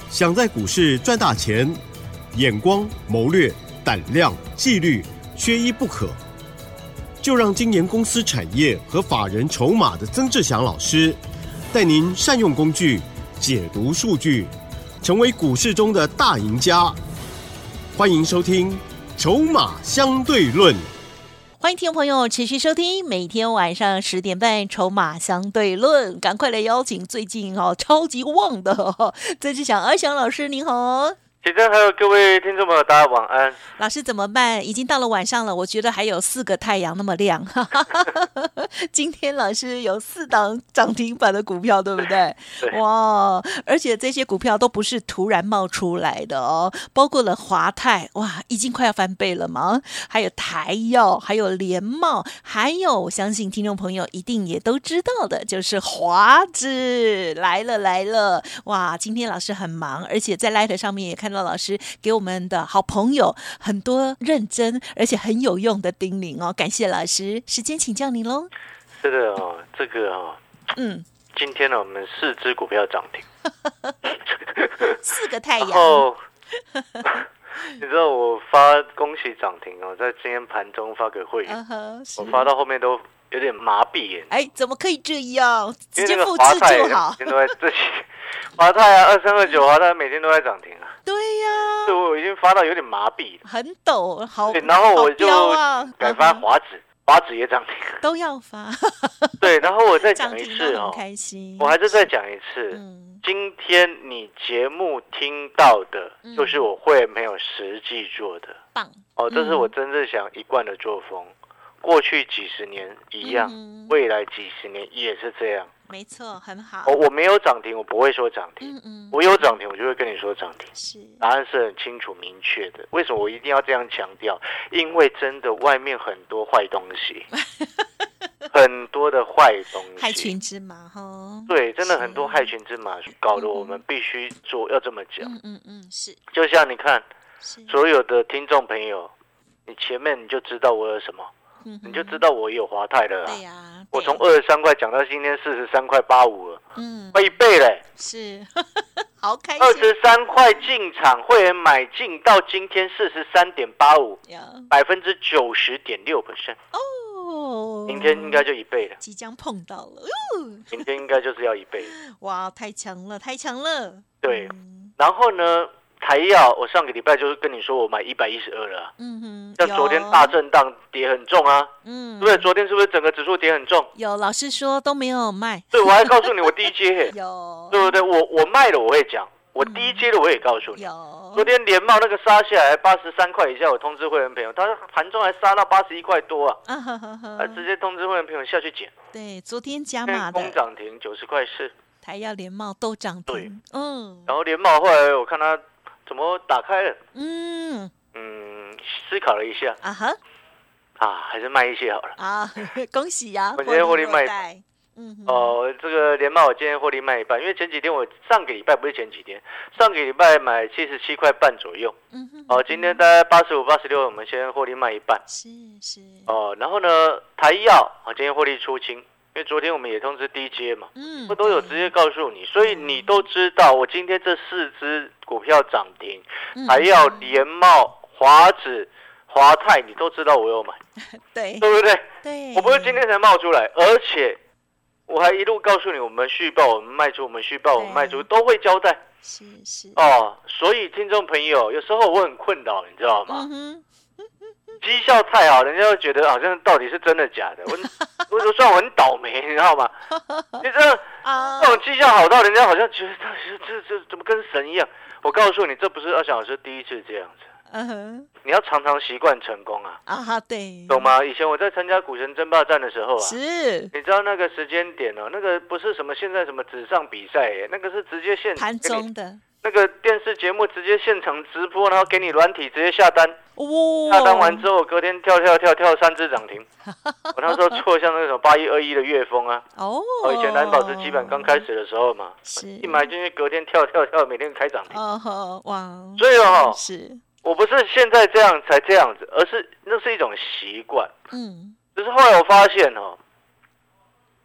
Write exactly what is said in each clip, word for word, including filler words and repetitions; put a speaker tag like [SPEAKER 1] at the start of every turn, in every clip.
[SPEAKER 1] 想在股市赚大钱，眼光、谋略、胆量、纪律，缺一不可。就让精研公司产业和法人筹码的曾志祥老师，带您善用工具，解读数据，成为股市中的大赢家。欢迎收听《筹码相对论》。
[SPEAKER 2] 欢迎听众朋友持续收听，每天晚上十点半《筹码相对论》，赶快来邀请最近哦超级旺的哦曾志祥阿祥老师，您好。
[SPEAKER 3] 其实还有各位听众朋友，大家晚安。
[SPEAKER 2] 老师怎么办？已经到了晚上了，我觉得还有四个太阳那么亮。今天老师有四档涨停板的股票，对不对？
[SPEAKER 3] 对。
[SPEAKER 2] 哇！而且这些股票都不是突然冒出来的哦，包括了华泰，哇，已经快要翻倍了嘛。还有台药，还有联茂，还有我相信听众朋友一定也都知道的，就是华资来了来了。哇！今天老师很忙，而且在 Light 上面也看到老师给我们的好朋友很多认真而且很有用的叮咛哦，感谢老师。时间请教您喽。
[SPEAKER 3] 是的哦，这个哦，
[SPEAKER 2] 嗯，
[SPEAKER 3] 今天呢，我们四只股票涨停，
[SPEAKER 2] 四个太阳。
[SPEAKER 3] 哦，你知道我发恭喜涨停哦，在今天盘中发给会员， uh-huh, 我发到后面都有点麻痹耶。
[SPEAKER 2] 哎，怎么可以这样？直接复
[SPEAKER 3] 制
[SPEAKER 2] 就好。
[SPEAKER 3] 每天都在这些华泰啊，二三二九华泰每天都在涨停啊。
[SPEAKER 2] 对呀、啊，
[SPEAKER 3] 对，我已经发到有点麻痹了，
[SPEAKER 2] 很陡，好。
[SPEAKER 3] 对，然后我就改发华指，华指也涨停，
[SPEAKER 2] 都要发。
[SPEAKER 3] 对，然后我再讲一次哦，
[SPEAKER 2] 开心。
[SPEAKER 3] 我还是再讲一次，
[SPEAKER 2] 嗯、
[SPEAKER 3] 今天你节目听到的，就是我会没有实际做的，
[SPEAKER 2] 棒
[SPEAKER 3] 哦，这是我真正想一贯的作风。嗯、过去几十年一样、嗯，未来几十年也是这样。
[SPEAKER 2] 没错，很好。
[SPEAKER 3] 我我没有涨停，我不会说涨停。
[SPEAKER 2] 嗯嗯，
[SPEAKER 3] 我有涨停，我就会跟你说涨停。
[SPEAKER 2] 是，
[SPEAKER 3] 答案是很清楚明确的。为什么我一定要这样强调？因为真的外面很多坏东西，很多的坏东西，
[SPEAKER 2] 害群之马哈。
[SPEAKER 3] 对，真的很多害群之马，搞得我们必须做，嗯、要这么讲。
[SPEAKER 2] 嗯嗯嗯，是。
[SPEAKER 3] 就像你看，所有的听众朋友，你前面你就知道我有什么。你就知道我有华泰了、啊，
[SPEAKER 2] 对呀、啊，
[SPEAKER 3] 我从二十三块讲到今天四十三块八五了，
[SPEAKER 2] 嗯，
[SPEAKER 3] 快一倍嘞，
[SPEAKER 2] 是，好开心。
[SPEAKER 3] 二十三块进场，会员买进到今天四十三点八五，百分之九十点六 percent， 哦，明天应该就一倍了，
[SPEAKER 2] 即将碰到了，
[SPEAKER 3] 哦、明天应该就是要一倍了，
[SPEAKER 2] 哇，太强了，太强了，
[SPEAKER 3] 对，嗯、然后呢？台药，我上个礼拜就是跟你说，我买一百一十二了、啊。嗯哼，像昨天大震荡跌很重啊，嗯，对不对？昨天是不是整个指数跌很重？
[SPEAKER 2] 有，老师说都没有卖。
[SPEAKER 3] 对，我还告诉你我低阶。
[SPEAKER 2] 有，
[SPEAKER 3] 对不对？我我卖了我会讲，我低阶的我也告诉你。
[SPEAKER 2] 有，
[SPEAKER 3] 昨天联茂那个杀下来八十三块以下，我通知会员朋友，他盘中还杀到八十一块多啊，啊呵呵呵，直接通知会员朋友下去捡。
[SPEAKER 2] 对，昨天加码的。
[SPEAKER 3] 攻涨停九十块四，
[SPEAKER 2] 台药联茂都涨停。
[SPEAKER 3] 对，
[SPEAKER 2] 嗯。
[SPEAKER 3] 然后联茂后来我看他。怎么打开了？
[SPEAKER 2] 嗯
[SPEAKER 3] 嗯，思考了一下
[SPEAKER 2] 啊哈，
[SPEAKER 3] 啊，还是卖一些好了
[SPEAKER 2] 啊！恭喜呀、啊！
[SPEAKER 3] 我今天获利卖一半。嗯哦，这个联茂我今天获利卖一半，因为前几天我上个礼拜不是前几天，上个礼拜买七十七块半左右。嗯哼。哦，今天大概八十五、八十六，我们先获利卖一半。
[SPEAKER 2] 是是。
[SPEAKER 3] 哦，然后呢，台药我今天获利出清。因为昨天我们也通知 D J 嘛，嗯，我都有直接告诉你，所以你都知道，我今天这四只股票涨停，还要联茂、华指、华泰，你都知道我有买，
[SPEAKER 2] 对，
[SPEAKER 3] 对不对？
[SPEAKER 2] 对，
[SPEAKER 3] 我不是今天才冒出来，而且我还一路告诉你，我们续报，我们卖出，我们续报，我们卖出，都会交代。
[SPEAKER 2] 是是
[SPEAKER 3] 哦，所以听众朋友，有时候我很困扰，你知道吗？嗯绩效太好，人家会觉得好像到底是真的假的。我我就算我很倒霉，你知道吗？你知道这种绩效好到人家好像觉得这这这怎么跟神一样？我告诉你，这不是阿翔老师第一次这样子。嗯哼，你要常常习惯成功啊！
[SPEAKER 2] 啊哈，对，
[SPEAKER 3] 懂吗？以前我在参加股神争霸战的时候啊，
[SPEAKER 2] 是，
[SPEAKER 3] 你知道那个时间点哦，那个不是什么现在什么纸上比赛耶，那个是直接现
[SPEAKER 2] 盘中的。
[SPEAKER 3] 那个电视节目直接现场直播，然后给你软体直接下单，
[SPEAKER 2] 哦，
[SPEAKER 3] 下单完之后隔天跳跳跳跳三只涨停。我那时候做像那种八一二一的粤丰啊，哦，以前蓝宝石基本刚开始的时候嘛，一买进去隔天跳跳跳，每天开涨停。
[SPEAKER 2] 哦，哇，
[SPEAKER 3] 所以哦，
[SPEAKER 2] 是
[SPEAKER 3] 我不是现在这样才这样子，而是那是一种习惯。嗯，只是后来我发现哦，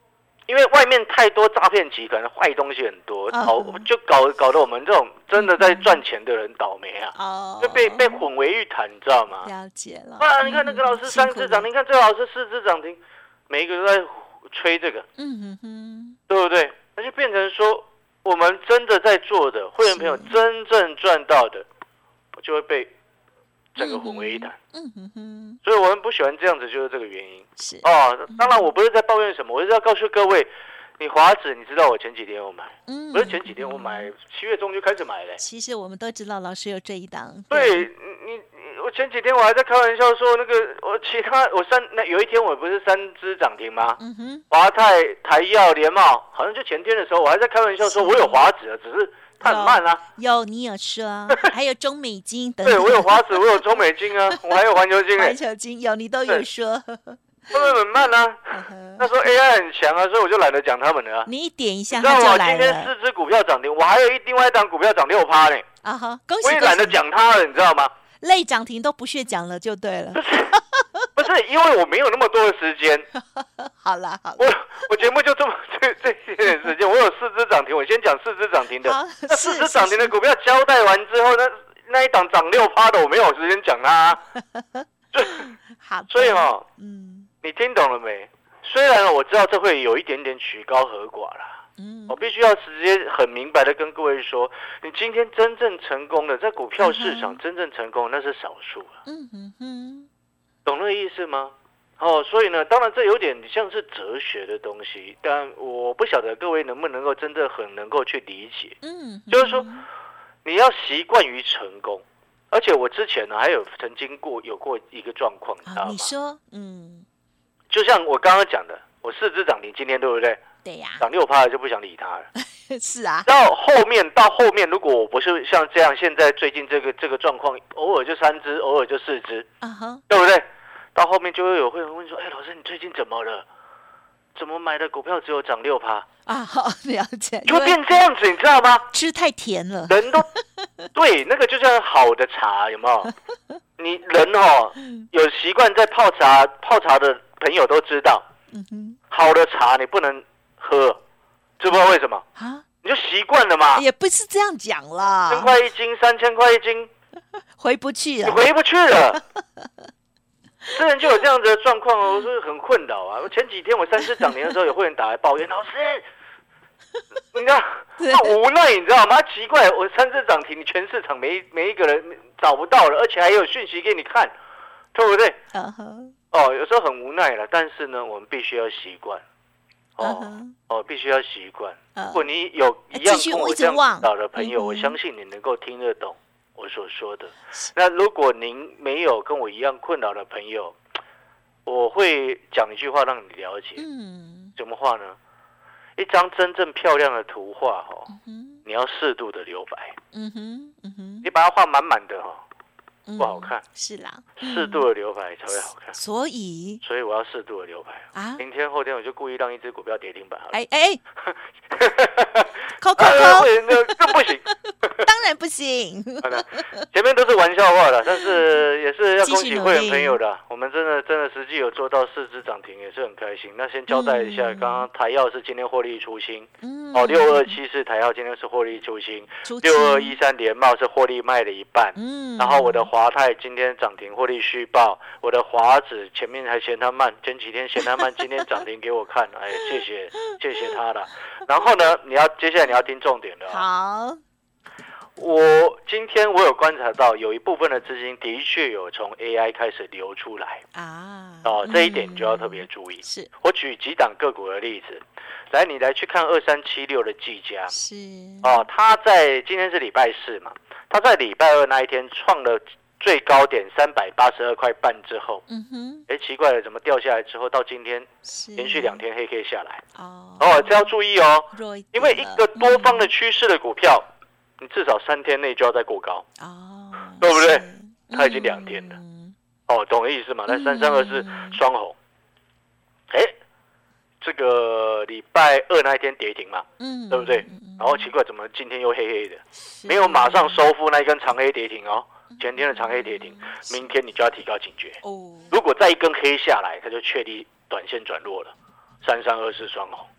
[SPEAKER 3] 因为外面太多诈骗集团，坏东西很多，搞、哦、就搞搞得我们这种真的在赚钱的人倒霉啊，哦、就被被混为一谈，你知道吗？
[SPEAKER 2] 了解了。
[SPEAKER 3] 啊，你看那个老师三只涨停，你看这个老师四只涨停，每一个都在吹这个，嗯哼哼，对不对？那就变成说，我们真的在做的会员朋友真正赚到的，就会被整个混为一谈。嗯哼哼，所以我们不喜欢这样子，就是这个原因。是哦，当然我不是在抱怨什么，我是要告诉各位，你华指，你知道我前几天有买，嗯，不是前几天我买，七月中就开始买嘞。
[SPEAKER 2] 其实我们都知道老师有这一档。
[SPEAKER 3] 对，你你我前几天我还在开玩笑说，那个我其他我三那有一天我不是三只涨停吗？嗯哼，华泰、台药、联茂，好像就前天的时候，我还在开玩笑说我有华指啊，只是。它很慢啊，
[SPEAKER 2] 有你有说，还有中美金等等。
[SPEAKER 3] 对，我有华指，我有中美金啊，我还有环球金、欸。
[SPEAKER 2] 环球金有你都有说，
[SPEAKER 3] 他们很慢啊。那时候 A I 很强啊，所以我就懒得讲他们了、啊。
[SPEAKER 2] 你一点一下它就来了。
[SPEAKER 3] 今天四只股票涨停，我还有一另外一档股票涨六趴呢。啊哈，恭喜！我也懒得讲它了，你知道吗？
[SPEAKER 2] 类涨停都不屑讲了，就对了。
[SPEAKER 3] 不是，因为我没有那么多的时间。
[SPEAKER 2] 好啦，好啦，
[SPEAKER 3] 我我节目就这么这这些点时间，我有四只涨停，我先讲四只涨停的。那四只涨停的股票交代完之后，那那一档涨六趴的，我没有时间讲啊。
[SPEAKER 2] 好，
[SPEAKER 3] 所以哦，嗯，你听懂了没？虽然我知道这会有一点点曲高和寡啦，嗯，我必须要直接很明白的跟各位说，你今天真正成功的在股票市场真正成功的那是少数啊。嗯哼哼。懂那个意思吗？哦，所以呢，当然这有点像是哲学的东西，但我不晓得各位能不能够真的很能够去理解。嗯，就是说你要习惯于成功，而且我之前呢还有曾经过有过一个状况，你知道吗？
[SPEAKER 2] 你说，嗯，
[SPEAKER 3] 就像我刚刚讲的，我四只涨停，今天对不对？
[SPEAKER 2] 对呀，
[SPEAKER 3] 涨六趴了就不想理它了。
[SPEAKER 2] 是啊，
[SPEAKER 3] 到后面到后面，如果我不是像这样，现在最近这个这个状况，偶尔就三只，偶尔就四只，啊哈，对不对？到后面就会有会员问说：“哎、欸，老师，你最近怎么了？怎么买的股票只有涨六趴
[SPEAKER 2] 啊？”好了解，
[SPEAKER 3] 就会变这样子，你知道吗？
[SPEAKER 2] 吃太甜了，
[SPEAKER 3] 人都对那个就像好的茶，有没有？你人哦，有习惯在泡茶泡茶的朋友都知道，嗯哼，好的茶你不能喝，知不知道为什么啊？你就习惯了嘛。
[SPEAKER 2] 也不是这样讲啦，
[SPEAKER 3] 千块一斤，三千块一斤，
[SPEAKER 2] 回不去了，
[SPEAKER 3] 你回不去了。之前就有这样子的状况哦，我说很困扰啊。我前几天我三只涨停的时候，有会员打来抱怨，老师，你知道他无奈，你知道吗？奇怪，我三只涨停，你全市场每每一个人找不到了，而且还有讯息给你看，对不对？ Uh-huh. 哦，有时候很无奈了，但是呢，我们必须要习惯。哦、uh-huh. 哦，必须要习惯。Uh-huh. 如果你有一样跟我这样指导的朋友， uh-huh. 我相信你能够听得懂我所说的。那如果您没有跟我一样困扰的朋友，我会讲一句话让你了解。嗯，什么话呢？一张真正漂亮的图画哦，嗯、你要适度的留白。嗯哼，嗯哼，你把它画满满的哦，不好看。嗯、是啦，适度的留白才会好看。
[SPEAKER 2] 所以，
[SPEAKER 3] 所以我要适度的留白啊。明天后天我就故意让一只股票跌停板好了。
[SPEAKER 2] 哎哎，扣扣扣，
[SPEAKER 3] 那更不行。
[SPEAKER 2] 当然不行。
[SPEAKER 3] 前面都是玩笑话的，但是也是要恭喜会员朋友的。我们真的真的实际有做到四只涨停，也是很开心。那先交代一下，嗯、刚刚台药是今天获利出清，嗯、哦，六二七是台药今天是获利出清，六二一三联茂是获利卖了一半，嗯、然后我的华泰今天涨停获利续报，我的华指前面还嫌它慢，前几天嫌它慢，今天涨停给我看，哎，谢谢谢谢他了。然后呢，你要接下来你要听重点了。
[SPEAKER 2] 好。
[SPEAKER 3] 我今天我有观察到，有一部分的资金的确有从 A I 开始流出来啊，哦，这一点你就要特别注意。是，我举几档个股的例子，来，你来去看二三七六的技嘉，是，哦，它在今天是礼拜四嘛，它在礼拜二那一天创了最高点三百八十二块半之后，嗯哼，哎，奇怪了，怎么掉下来之后到今天连续两天黑 K 下来？哦，哦，这要注意哦，因为一个多方的趋势的股票。你至少三天内就要再过高哦，对不对？它已经两天了，嗯、哦，懂我意思吗？那三三二是双红，哎、嗯，这个礼拜二那一天跌停嘛，嗯，对不对？然后奇怪，怎么今天又黑黑的？没有马上收复那一根长黑跌停哦，前天的长黑跌停，明天你就要提高警觉哦。如果再一根黑下来，它就确立短线转弱了，三三二是双红。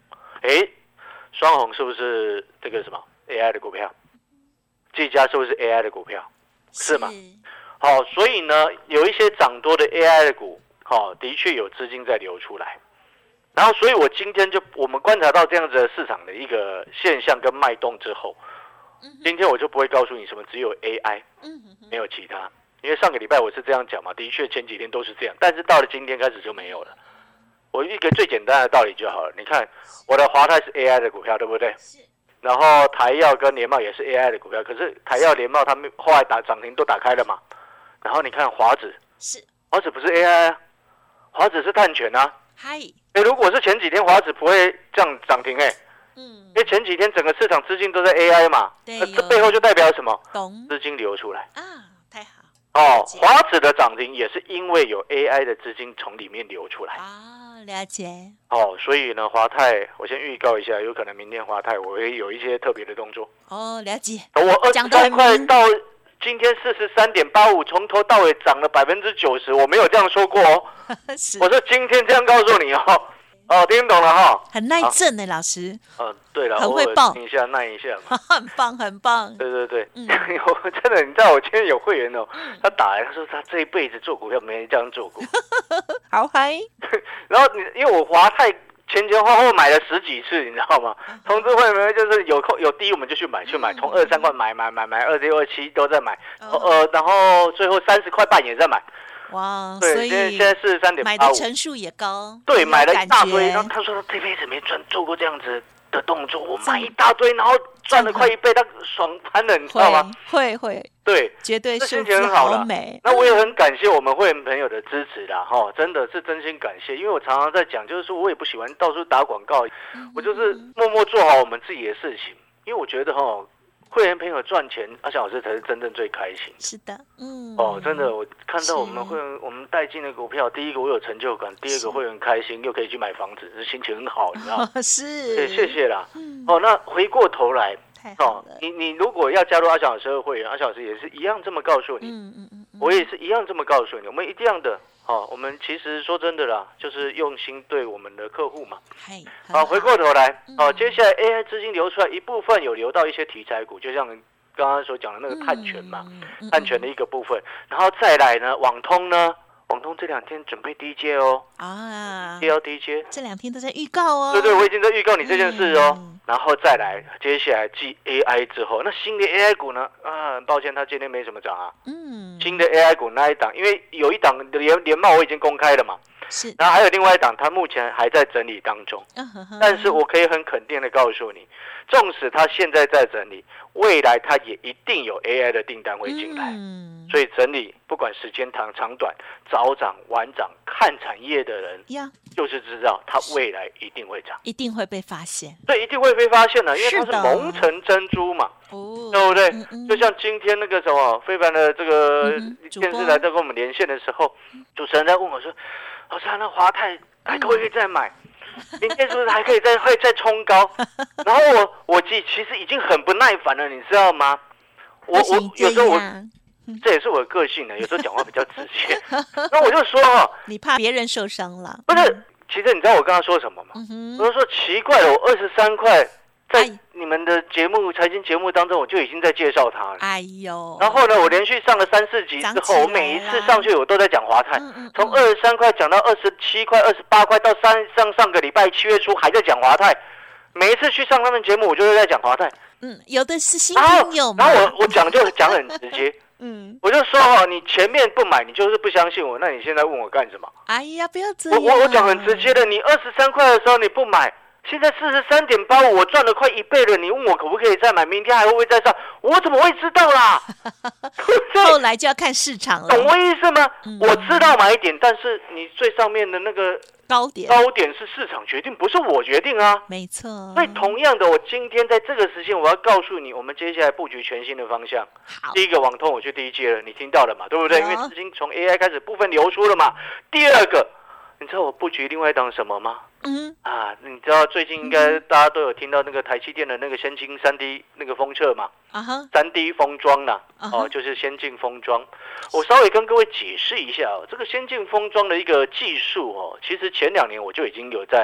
[SPEAKER 3] 哎，双红是不是这个什么 A I 的股票？技嘉是不是 A I 的股票？是吗？好、哦，所以呢，有一些涨多的 A I 的股，好、哦，的确有资金在流出来。然后，所以我今天就我们观察到这样子的市场的一个现象跟脉动之后，今天我就不会告诉你什么只有 A I， 没有其他，因为上个礼拜我是这样讲嘛，的确前几天都是这样，但是到了今天开始就没有了。我一个最简单的道理就好了，你看我的华泰是 A I 的股票，对不对？然后台药跟联茂也是 A I 的股票，可是台药、联茂他们后来打涨停都打开了嘛。然后你看华指，
[SPEAKER 2] 是
[SPEAKER 3] 华指不是 A I 啊，华指是碳权啊。
[SPEAKER 2] 嗨，
[SPEAKER 3] 哎，如果是前几天华指不会这样涨停哎，嗯，因为前几天整个市场资金都在 A I 嘛，那这背后就代表什么？
[SPEAKER 2] 懂，
[SPEAKER 3] 资金流出来
[SPEAKER 2] 啊，太好。
[SPEAKER 3] 哦，华指的涨停也是因为有 A I 的资金从里面流出来
[SPEAKER 2] 啊，了解。
[SPEAKER 3] 哦，所以呢，华泰我先预告一下，有可能明天华泰我会有一些特别的动作。
[SPEAKER 2] 哦，了解。
[SPEAKER 3] 我二十三块到今天四十三点八五，从头到尾涨了百分之九十，我没有这样说过哦。我是今天这样告诉你哦。哦，听懂了哈。
[SPEAKER 2] 很耐震呢，老师。
[SPEAKER 3] 嗯，对了，
[SPEAKER 2] 很会报
[SPEAKER 3] 一下耐一下嘛。
[SPEAKER 2] 很棒，很棒。
[SPEAKER 3] 对对对，嗯、我真的，你知道我今天有会员哦，他打来他说他这一辈子做股票没人这样做过。
[SPEAKER 2] 好嗨。
[SPEAKER 3] 然后你因为我华泰前前后后买了十几次，你知道吗？通知会员就是有有低我们就去买去买，从二三块买买买买，二六二七都在买，哦、呃，然后最后三十块半也在买。
[SPEAKER 2] 哇，
[SPEAKER 3] 对，
[SPEAKER 2] 所以
[SPEAKER 3] 现在现在四十三点八五，
[SPEAKER 2] 买的成数也高。
[SPEAKER 3] 对，买了一大堆。然后他说他这辈子没赚做过这样子的动作，我买一大堆，然后赚了快一倍，他爽翻了，你知道吗？
[SPEAKER 2] 会会，
[SPEAKER 3] 对，
[SPEAKER 2] 绝对是
[SPEAKER 3] 心情很好了。
[SPEAKER 2] 美。
[SPEAKER 3] 那我也很感谢我们会员朋友的支持啦，哈，真的是真心感谢。因为我常常在讲，就是说我也不喜欢到处打广告，嗯、我就是默默做好我们自己的事情。因为我觉得哈，会员朋友赚钱，阿翔老师才是真正最开心。
[SPEAKER 2] 是的，嗯。
[SPEAKER 3] 哦，真的，我看到我们会员我们带进的股票，第一个我有成就感，第二个会员开心，又可以去买房子，心情很好，你知道吗？
[SPEAKER 2] 是。
[SPEAKER 3] 对，谢谢啦。嗯、哦，那回过头来。哦，你你如果要加入阿翔老师的会员，阿翔老师也是一样这么告诉你，嗯嗯嗯，我也是一样这么告诉你，我们一样的，哦，我们其实说真的啦，就是用心对我们的客户嘛。好，回过头来，哦，接下来 A I 资金流出来一部分有流到一些题材股，就像刚刚所讲的那个碳权嘛，碳权的一个部分，然后再来呢，网通呢。网通这两天准备低阶哦，啊，也要低阶，
[SPEAKER 2] 这两天都在预告哦。
[SPEAKER 3] 对对，我已经在预告你这件事哦。嗯、然后再来，接下来继 A I 之后，那新的 A I 股呢？啊，很抱歉，它今天没什么涨啊。嗯，新的 A I 股那一档，因为有一档联联茂我已经公开了嘛，是。然后还有另外一档，它目前还在整理当中。嗯、呵呵但是我可以很肯定的告诉你，纵使它现在在整理，未来它也一定有 A I 的订单会进来。嗯。所以整理不管时间长长短，早涨晚涨，看产业的人呀，就是知道它未来一定会涨，
[SPEAKER 2] 一定会被发现。
[SPEAKER 3] 对，一定会被发现的，因为它是蒙尘珍珠嘛，哦，对不对？嗯嗯就像今天那个什么非凡的这个电视台在跟我们连线的时候，嗯、主持人在问我说：“老师，那华泰还可不可以再买？明天是不是还可以再会再冲高？”然后我我其其实已经很不耐烦了，你知道吗？我我有时候我。这也是我的个性呢，有时候讲话比较直接。那我就说哈，
[SPEAKER 2] 你怕别人受伤了？
[SPEAKER 3] 不是，其实你知道我刚刚说什么吗？嗯、我就说奇怪了，我二十三块在你们的节目财经节目当中，我就已经在介绍它了。
[SPEAKER 2] 哎呦！
[SPEAKER 3] 然后呢，我连续上了三四集之后，我每一次上去我都在讲华泰，从二十三块讲到二十七块、二十八块，到三上上个礼拜七月初还在讲华泰。每一次去上他们节目，我就是在讲华泰。
[SPEAKER 2] 嗯，有的是新朋友嘛。
[SPEAKER 3] 然后我我讲就讲很直接。嗯，我就说哈，你前面不买，你就是不相信我，那你现在问我干什么？
[SPEAKER 2] 哎呀，不要这样！
[SPEAKER 3] 我我我讲很直接的，你二十三块的时候你不买，现在四十三点八五，我赚了快一倍了，你问我可不可以再买？明天还会不会再上？我怎么会知道啦？
[SPEAKER 2] 后来就要看市场了，
[SPEAKER 3] 懂我意思吗？嗯、我知道买点，但是你最上面的那个
[SPEAKER 2] 高点，
[SPEAKER 3] 高点是市场决定，不是我决定啊。
[SPEAKER 2] 没错。
[SPEAKER 3] 所以同样的，我今天在这个时间，我要告诉你，我们接下来布局全新的方向。
[SPEAKER 2] 好，
[SPEAKER 3] 第一个网通我去第一阶了，你听到了嘛？对不对？因为资金从 A I 开始部分流出了嘛。第二个，你知道我布局另外一档什么吗？嗯啊，你知道最近应该大家都有听到那个台积电的那个先进 三 D 那个封测嘛？啊哈 ，三 D 封装啦，哦，就是先进封装。我稍微跟各位解释一下哦，这个先进封装的一个技术哦，其实前两年我就已经有在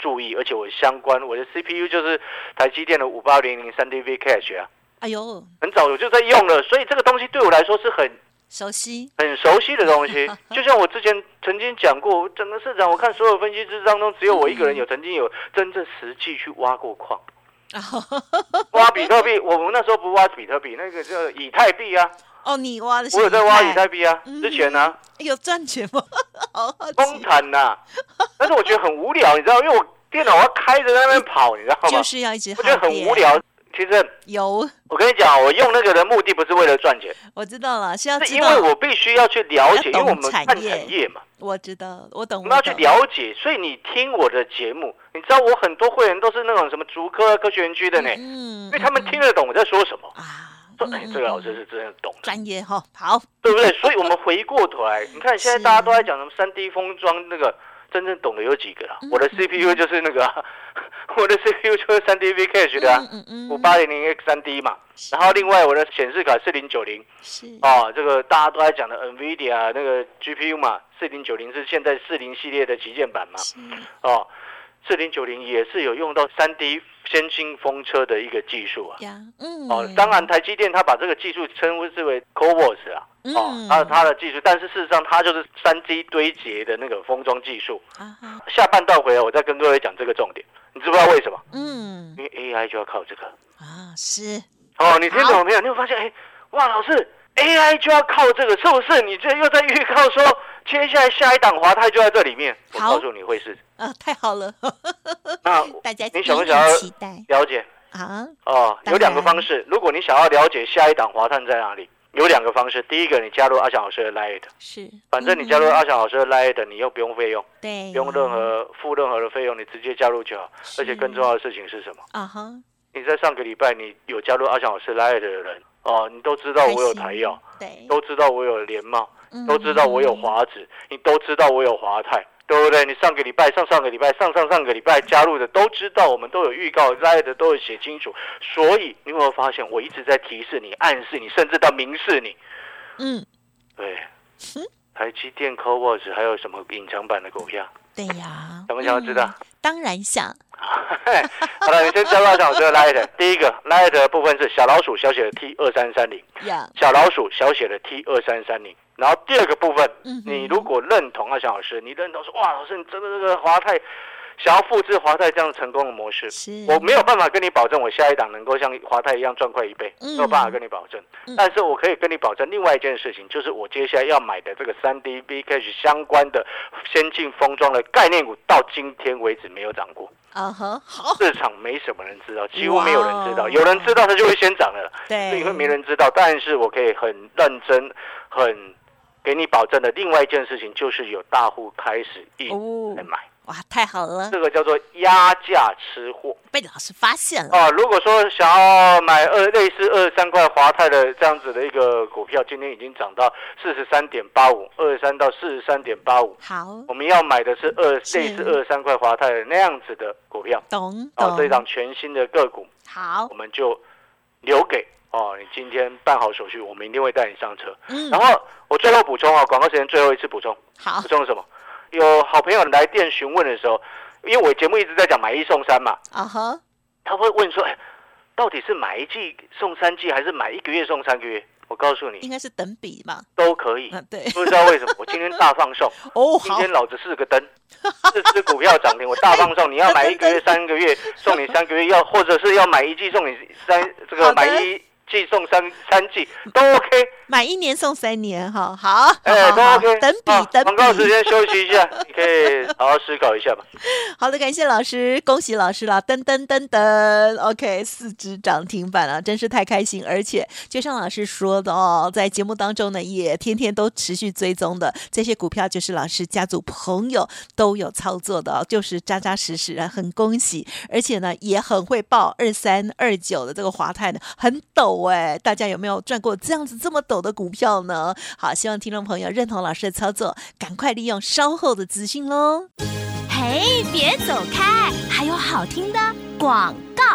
[SPEAKER 3] 注意，而且我相关我的 C P U 就是台积电的五八零零 三 D V Cache 啊，
[SPEAKER 2] 哎呦，
[SPEAKER 3] 很早我就在用了，所以这个东西对我来说是很
[SPEAKER 2] 熟悉、
[SPEAKER 3] 很熟悉的东西。就像我之前曾经讲过，整个市场我看所有分析师当中，只有我一个人有曾经有真正实际去挖过矿。挖比特币，我们那时候不挖比特币，那个叫以太币啊。
[SPEAKER 2] 哦，你挖的是
[SPEAKER 3] 我有在挖以太币啊，之前呢、啊
[SPEAKER 2] 嗯、有赚钱吗？
[SPEAKER 3] 疯产呐，但是我觉得很无聊，你知道，因为我电脑要开着在那边跑，你知道吗？
[SPEAKER 2] 就是要一直，
[SPEAKER 3] 我觉得很无聊。其实
[SPEAKER 2] 有，
[SPEAKER 3] 我跟你讲，我用那个的目的不是为了赚钱，
[SPEAKER 2] 我知道了，是要
[SPEAKER 3] 是因为我必须要去了解，因为我们看产业嘛。
[SPEAKER 2] 我知道，我懂。
[SPEAKER 3] 我们要去了解，所以你听我的节目，你知道我很多会员都是那种什么竹科、科学园区的呢，嗯，因为他们听得懂我在说什么啊。说哎，这个老师是真的懂，
[SPEAKER 2] 专业哈，好，
[SPEAKER 3] 对不对？所以我们回过头来，你看现在大家都在讲什么三 D 封装那个。真正懂的有几个啦？我的 C P U 就是那个、啊，我的 C P U 就是 三 D V Cache 的啊，五八零零 X 三 D 嘛。然后另外我的显示卡四零九零，哦，这个大家都在讲的 NVIDIA 那个 G P U 嘛，四零九零是现在四零系列的旗舰版嘛。哦，四零九零也是有用到 三 D 先进风车的一个技术啊。嗯、哦，当然台积电它把这个技术称呼之为 C O V O S 啊。哦，它它的技术，但是事实上它就是 三 D 堆叠的那个封装技术。啊、下半段回来，我再跟各位讲这个重点，你知不知道为什么？嗯，因为 A I 就要靠这个
[SPEAKER 2] 啊，是。
[SPEAKER 3] 哦，你听懂没有？你有发现？哎，哇，老师 ，A I 就要靠这个，是不是？你这又在预告说，接下来下一档华泰就在这里面。我告诉你会是。
[SPEAKER 2] 啊，太好了。
[SPEAKER 3] 那
[SPEAKER 2] 大家
[SPEAKER 3] 你想不想要了解？啊，哦，有两个方式。如果你想要了解下一档华泰在哪里？有两个方式，第一个你加入阿翔老师的 Line， 是，反正你加入阿翔老师的 Line， 你又不用费用，对，不用任何付任何的费用，你直接加入就好。而且更重要的事情是什么？啊哈，你在上个礼拜你有加入阿翔老师 Line 的人哦，你都知道我有台药，对，都知道我有联茂，都知道我有华指，你都知道我有华泰。对不对？你上个礼拜、上上个礼拜、上上上个礼拜加入的都知道，我们都有预告，来的都有写清楚。所以你有没有发现，我一直在提示你、暗示你，甚至到明示你？嗯，对。台积电、C O V O S 还有什么隐藏版的股票？
[SPEAKER 2] 对呀，
[SPEAKER 3] 想不想要知道？嗯、
[SPEAKER 2] 当然想。
[SPEAKER 3] 好了，你先加入阿翔老师的 Light。第一个 Light 的部分是小老鼠小写的 T 二三三零，小老鼠小写的 T 二三三零。然后第二个部分，嗯、你如果认同阿翔老师，你认同说哇，老师你真的这个华泰想要复制华泰这样成功的模式，我没有办法跟你保证我下一档能够像华泰一样赚快一倍，嗯、没有办法跟你保证。嗯、但是我可以跟你保证另外一件事情，就是我接下来要买的这个 三 D V Cache 相关的先进封装的概念股，到今天为止没有涨过。啊哈，好，市场没什么人知道，几乎没有人知道。有人知道，它就会先涨了，对，因为没人知道。但是我可以很认真、很给你保证的另外一件事情，就是有大户开始一直在买。
[SPEAKER 2] 哇，太好了！
[SPEAKER 3] 这个叫做压价吃货，
[SPEAKER 2] 被老师发现了
[SPEAKER 3] 哦。如果说想要买二类似二十三块华泰的这样子的一个股票，今天已经涨到四十三点八五，二十三到四十三点八五。好，我们要买的是二类似二十三块华泰的那样子的股票。懂懂。哦，这一档全新的个股，好，我们就留给哦，你今天办好手续，我明天会带你上车。嗯。然后我最后补充啊，广告时间最后一次补充。好，补充什么？有好朋友来电询问的时候，因为我节目一直在讲买一送三嘛，啊哈，他会问说，哎，到底是买一季送三季，还是买一个月送三个月？我告诉你，
[SPEAKER 2] 应该是等比嘛，
[SPEAKER 3] 都可以。
[SPEAKER 2] 啊、对，
[SPEAKER 3] 不知道为什么，我今天大放送哦，今天老子四个灯，四只股票涨停，我大放送，你要买一个月、三个月，送你三个月，要或者是要买一季送你三，这个买一季送三三季都 OK。
[SPEAKER 2] 买一年送三年，哈，好，
[SPEAKER 3] 哎，都 OK，
[SPEAKER 2] 等比等比。
[SPEAKER 3] 广告时间休息一下，你可以好好思考一下吧。
[SPEAKER 2] 好的，感谢老师，恭喜老师啦！噔噔噔噔 ，OK， 四只涨停板啊，真是太开心！而且就像老师说的哦，在节目当中呢，也天天都持续追踪的这些股票，就是老师家族朋友都有操作的哦，就是扎扎实实啊，很恭喜！而且呢，也很会报二三二九的这个华泰呢，很陡哎，大家有没有赚过这样子这么陡的股票呢？好，希望听众朋友认同老师的操作，赶快利用稍后的资讯咯。
[SPEAKER 4] 嘿，别走开，还有好听的广告。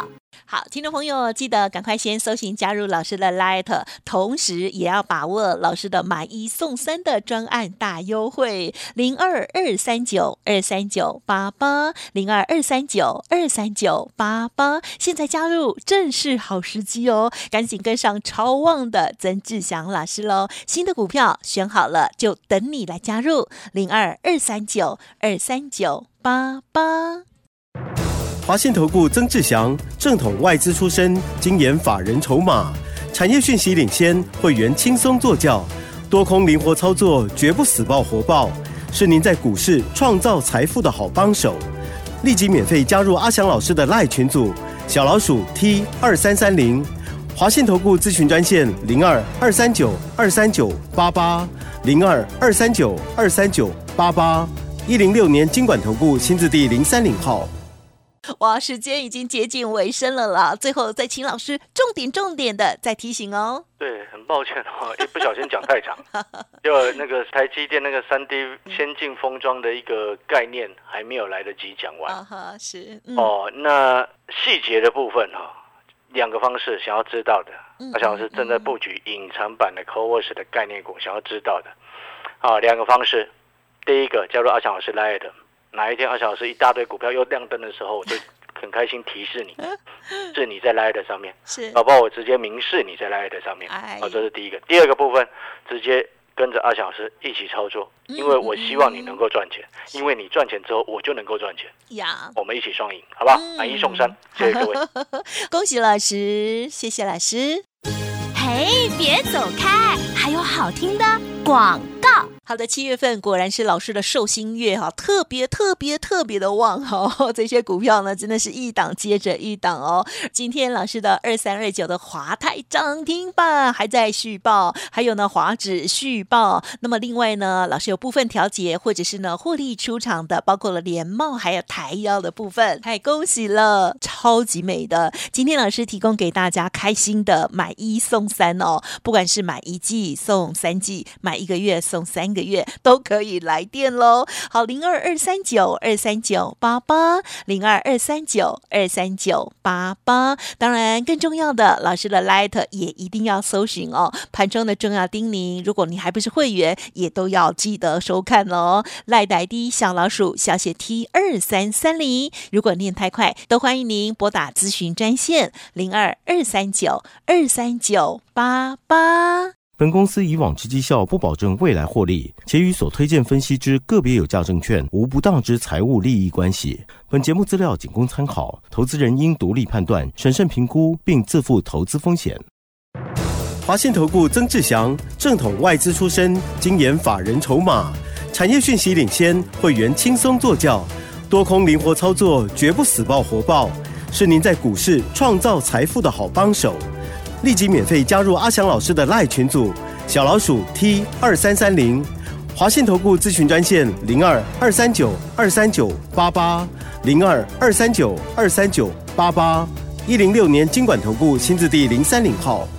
[SPEAKER 2] 好，听众朋友记得赶快先搜寻加入老师的 Light， 同时也要把握老师的买一送三的专案大优惠，零二二三九二三九八八，零二二三九二三九八八，现在加入正是好时机哦，赶紧跟上超旺的曾志祥老师喽！新的股票选好了，就等你来加入，零二二三九二三九八八。
[SPEAKER 1] 华信投顾曾志祥，正统外资出身，精研法人筹码，产业讯息领先，会员轻松做教，多空灵活操作，绝不死抱活抱，是您在股市创造财富的好帮手。立即免费加入阿翔老师的 LINE 群组，小老鼠 T 二三三零，华信投顾咨询专线零二二三九二三九八八零二二三九二三九八八，一零六年金管投顾新字第零三零号。
[SPEAKER 2] 哇，时间已经接近尾声了啦，最后再请老师重点重点的再提醒哦。
[SPEAKER 3] 对，很抱歉哦，一不小心讲太长，就那个台积电那个 三 D 先进封装的一个概念还没有来得及讲完。
[SPEAKER 2] 啊哈，是、嗯、
[SPEAKER 3] 哦，那细节的部分哈、哦，两个方式想要知道的，阿翔老师正在布局隐藏版的 Coverse 的概念股，想要知道的，啊，两个方式，第一个加入阿翔老师 Light。哪一天阿翔老师一大堆股票又亮灯的时候，我就很开心提示你，是你在 Light 上面，
[SPEAKER 2] 是，
[SPEAKER 3] 宝宝我直接明示你在 Light 上面，哎、哦，这是第一个。第二个部分，直接跟着阿翔老师一起操作，因为我希望你能够赚钱，嗯、因为你赚钱之后，我就能够赚钱呀，我们一起双赢，好不好？买、嗯、一送三，谢谢各位，
[SPEAKER 2] 恭喜老师，谢谢老师。
[SPEAKER 4] 嘿，别走开，还有好听的广告。
[SPEAKER 2] 好的，七月份果然是老师的寿星月哈，特别特别特别的旺哈，这些股票呢真的是一档接着一档哦。今天老师的二三二九的华泰涨停板还在续报，还有呢华指续报。那么另外呢，老师有部分调节或者是呢获利出场的，包括了联茂还有台腰的部分，太恭喜了，超级美的。今天老师提供给大家开心的买一送三哦，不管是买一季送三季，买一个月送三个月都可以来电咯。好，零二二三九二三九八八，零二二三九二三九八八。当然更重要的，老师的 Light 也一定要搜寻哦。盘中的重要叮咛，如果你还不是会员，也都要记得收看哦。Light 的 I D 小老鼠小写 T 二三三零，如果念太快，都欢迎您拨打咨询专线零二二三九二三九八八。
[SPEAKER 1] 本公司以往之绩效不保证未来获利，且与所推荐分析之个别有价证券无不当之财务利益关系。本节目资料仅供参考，投资人应独立判断、审慎评估，并自负投资风险。华信投顾曾志祥，正统外资出身，精研法人筹码，产业讯息领先，会员轻松做教，多空灵活操作，绝不死抱活抱，是您在股市创造财富的好帮手。立即免费加入阿翔老师的 LINE 群组，小老鼠 T 二三三零，华信投顾咨询专线零二二三九二三九八八零二二三九二三九八八，一零六年金管投顾新字第零三零号。